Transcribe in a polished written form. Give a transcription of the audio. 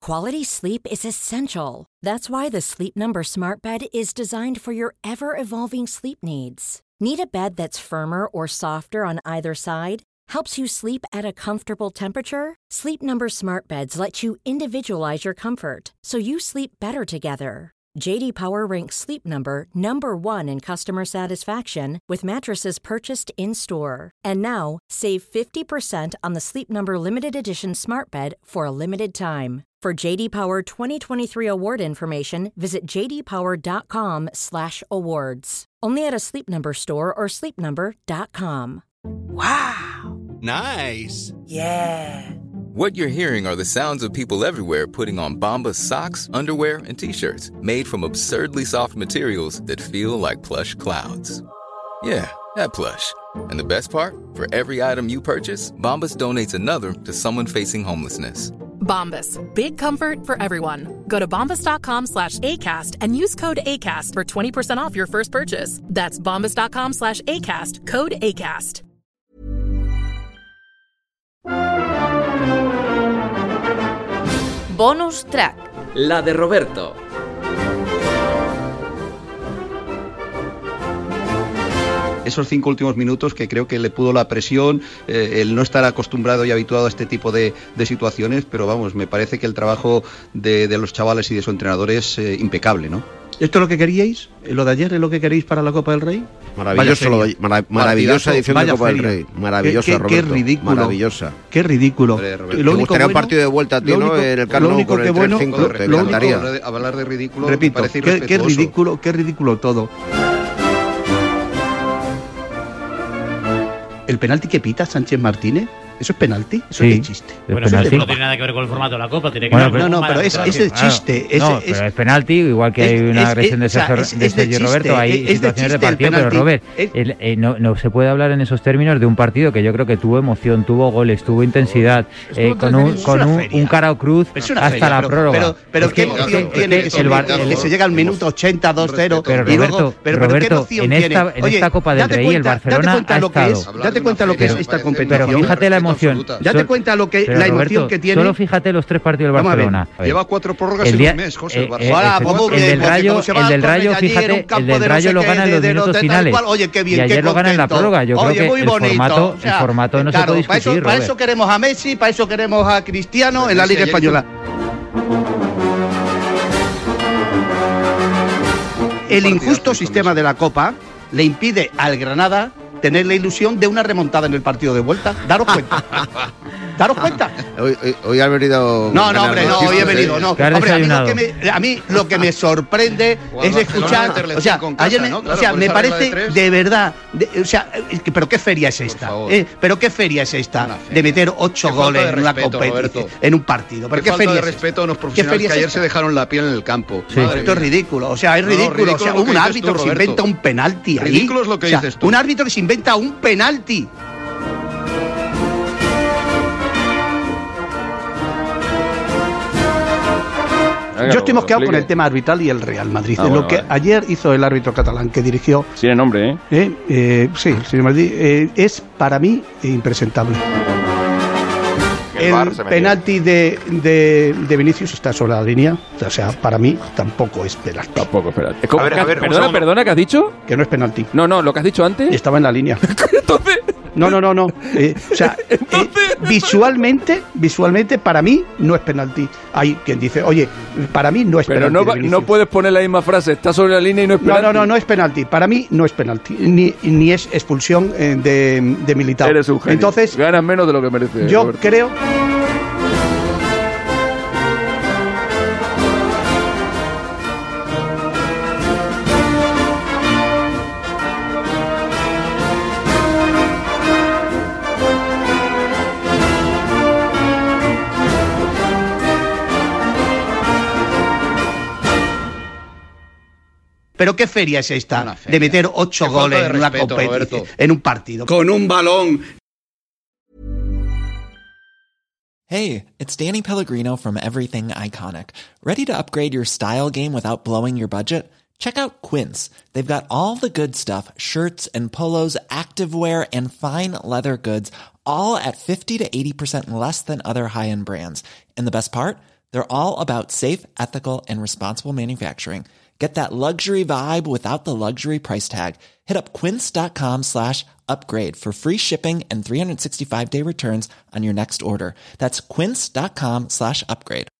Quality sleep is essential. That's why the Sleep Number Smart Bed is designed for your ever-evolving sleep needs. Need a bed that's firmer or softer on either side? Helps you sleep at a comfortable temperature? Sleep Number Smart Beds let you individualize your comfort, so you sleep better together. J.D. Power ranks Sleep Number number 1 in customer satisfaction with mattresses purchased in-store. And now, save 50% on the Sleep Number Limited Edition Smart Bed for a limited time. For J.D. Power 2023 award information, visit jdpower.com/awards. Only at a Sleep Number store or sleepnumber.com. Wow. Nice. Yeah. What you're hearing are the sounds of people everywhere putting on Bombas socks, underwear, and T-shirts made from absurdly soft materials that feel like plush clouds. Yeah, that plush. And the best part? For every item you purchase, Bombas donates another to someone facing homelessness. Bombas. Big comfort for everyone. Go to bombas.com/ACAST and use code ACAST for 20% off your first purchase. That's bombas.com/ACAST. Code ACAST. Bonus track. La de Roberto. Esos 5 últimos minutos que creo que le pudo la presión, el no estar acostumbrado y habituado a este tipo de situaciones, pero vamos, me parece que el trabajo de los chavales y de su entrenador es impecable, ¿no? ¿Esto es lo que queríais? ¿Lo de ayer es lo que queréis para la Copa del Rey? Maravillosa edición de Copa del Rey. Maravillosa, Roberto. Qué ridículo. Maravillosa. Qué ridículo. ¿Te gustaría un partido de vuelta, tío, ¿no? En el Camp Nou con el 3-5, te encantaría. Hablar de ridículo, repito, me parece qué ridículo todo. ¿El penalti que pita Sánchez Martínez? ¿Eso es penalti? ¿Eso es de chiste? Bueno, eso no tiene nada que ver con el formato de la Copa. Tiene que ver pero es de chiste. Pero es penalti, igual que hay una agresión de Sergio Roberto. Hay situaciones de partido, pero Robert, no se puede hablar en esos términos de un partido que yo creo que tuvo emoción, tuvo goles, tuvo intensidad, con un Carao Cruz hasta la prórroga. Pero ¿qué emoción tiene que se llega al minuto 80, 2-0? Pero Roberto, en esta Copa del Rey el Barcelona ha estado... Date cuenta lo que es esta competición. Pero fíjate la emoción. Date cuenta la emoción Roberto, que tiene. Solo fíjate los 3 partidos del Barcelona. Lleva 4 prórrogas en un mes, José. El del Rayo, fíjate, el del Rayo lo gana en los minutos finales. Y ayer lo gana en la prórroga. Yo creo que el formato no se puede discutir. Para eso queremos a Messi, para eso queremos a Cristiano en la Liga Española. El injusto sistema de la Copa le impide al Granada tener la ilusión de una remontada en el partido de vuelta. Daros cuenta. Daros cuenta. Hoy ha venido... No, hoy he venido. No. Hombre, a mí lo que me sorprende es escuchar... me parece de verdad... pero ¿qué feria es esta? ¿Pero qué feria es esta de meter 8 goles en una competición, en un partido? ¿Pero qué feria es respeto a unos profesionales que ayer se dejaron la piel en el campo. Esto es ridículo. Es ridículo. Un árbitro que se inventa un penalti ahí. Ridículo es lo que dices tú. Un árbitro que se inventa un penalti. Yo estoy mosqueado con el tema arbitral y el Real Madrid. Ayer hizo el árbitro catalán que dirigió... Tiene nombre, sí, el señor Madrid. Es para mí impresentable. El penalti de Vinicius está sobre la línea. O sea, para mí tampoco es penalti. Tampoco es penalti. Perdona, ¿qué has dicho? Que no es penalti. No, lo que has dicho antes. Estaba en la línea. Entonces... No. Visualmente para mí no es penalti. Hay quien dice, oye, para mí no es penalti. Pero no puedes poner la misma frase, está sobre la línea y no es penalti. No es penalti. Para mí no es penalti. Ni es expulsión de Militao. Eres un genio. Entonces, ganas menos de lo que mereces. Yo Roberto. creo... ¿Pero qué feria es esta de meter 8 goles en una competición, en un partido? Con un balón. Hey, it's Danny Pellegrino from Everything Iconic. ¿Ready to upgrade your style game without blowing your budget? Check out Quince. They've got all the good stuff, shirts and polos, activewear, and fine leather goods, all at 50 to 80% less than other high-end brands. And the best part? They're all about safe, ethical, and responsible manufacturing. Get that luxury vibe without the luxury price tag. Hit up quince.com/upgrade for free shipping and 365-day returns on your next order. That's quince.com/upgrade.